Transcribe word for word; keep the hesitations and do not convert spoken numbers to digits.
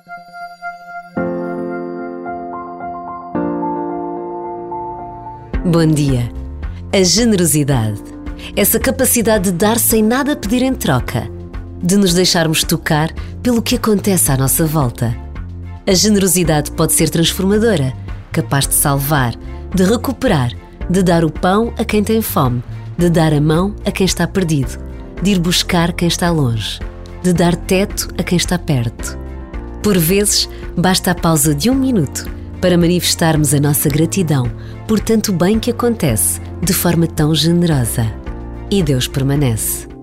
Bom dia. A generosidade, essa capacidade de dar sem nada pedir em troca, de nos deixarmos tocar pelo que acontece à nossa volta. A generosidade pode ser transformadora, capaz de salvar, de recuperar, de dar o pão a quem tem fome, de dar a mão a quem está perdido, de ir buscar quem está longe, de dar teto a quem está perto. Por vezes, basta a pausa de um minuto para manifestarmos a nossa gratidão por tanto bem que acontece de forma tão generosa. E Deus permanece.